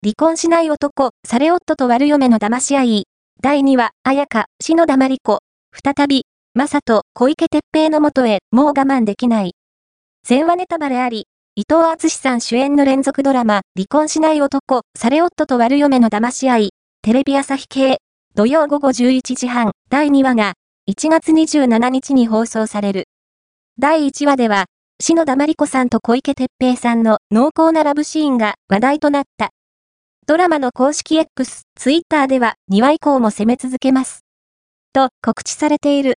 離婚しない男、され夫と悪嫁の騙し合い。第2話、彩香、篠田麻里子。再び、雅人、小池徹平の元へ、もう我慢できない。前話ネタバレあり、伊藤淳史さん主演の連続ドラマ、離婚しない男、され夫と悪嫁の騙し合い。テレビ朝日系、土曜午後11時半、第2話が、1月27日に放送される。第1話では、篠田麻里子さんと小池徹平さんの濃厚なラブシーンが話題となった。ドラマの公式 X、Twitter では2話以降も攻め続けます。と告知されている。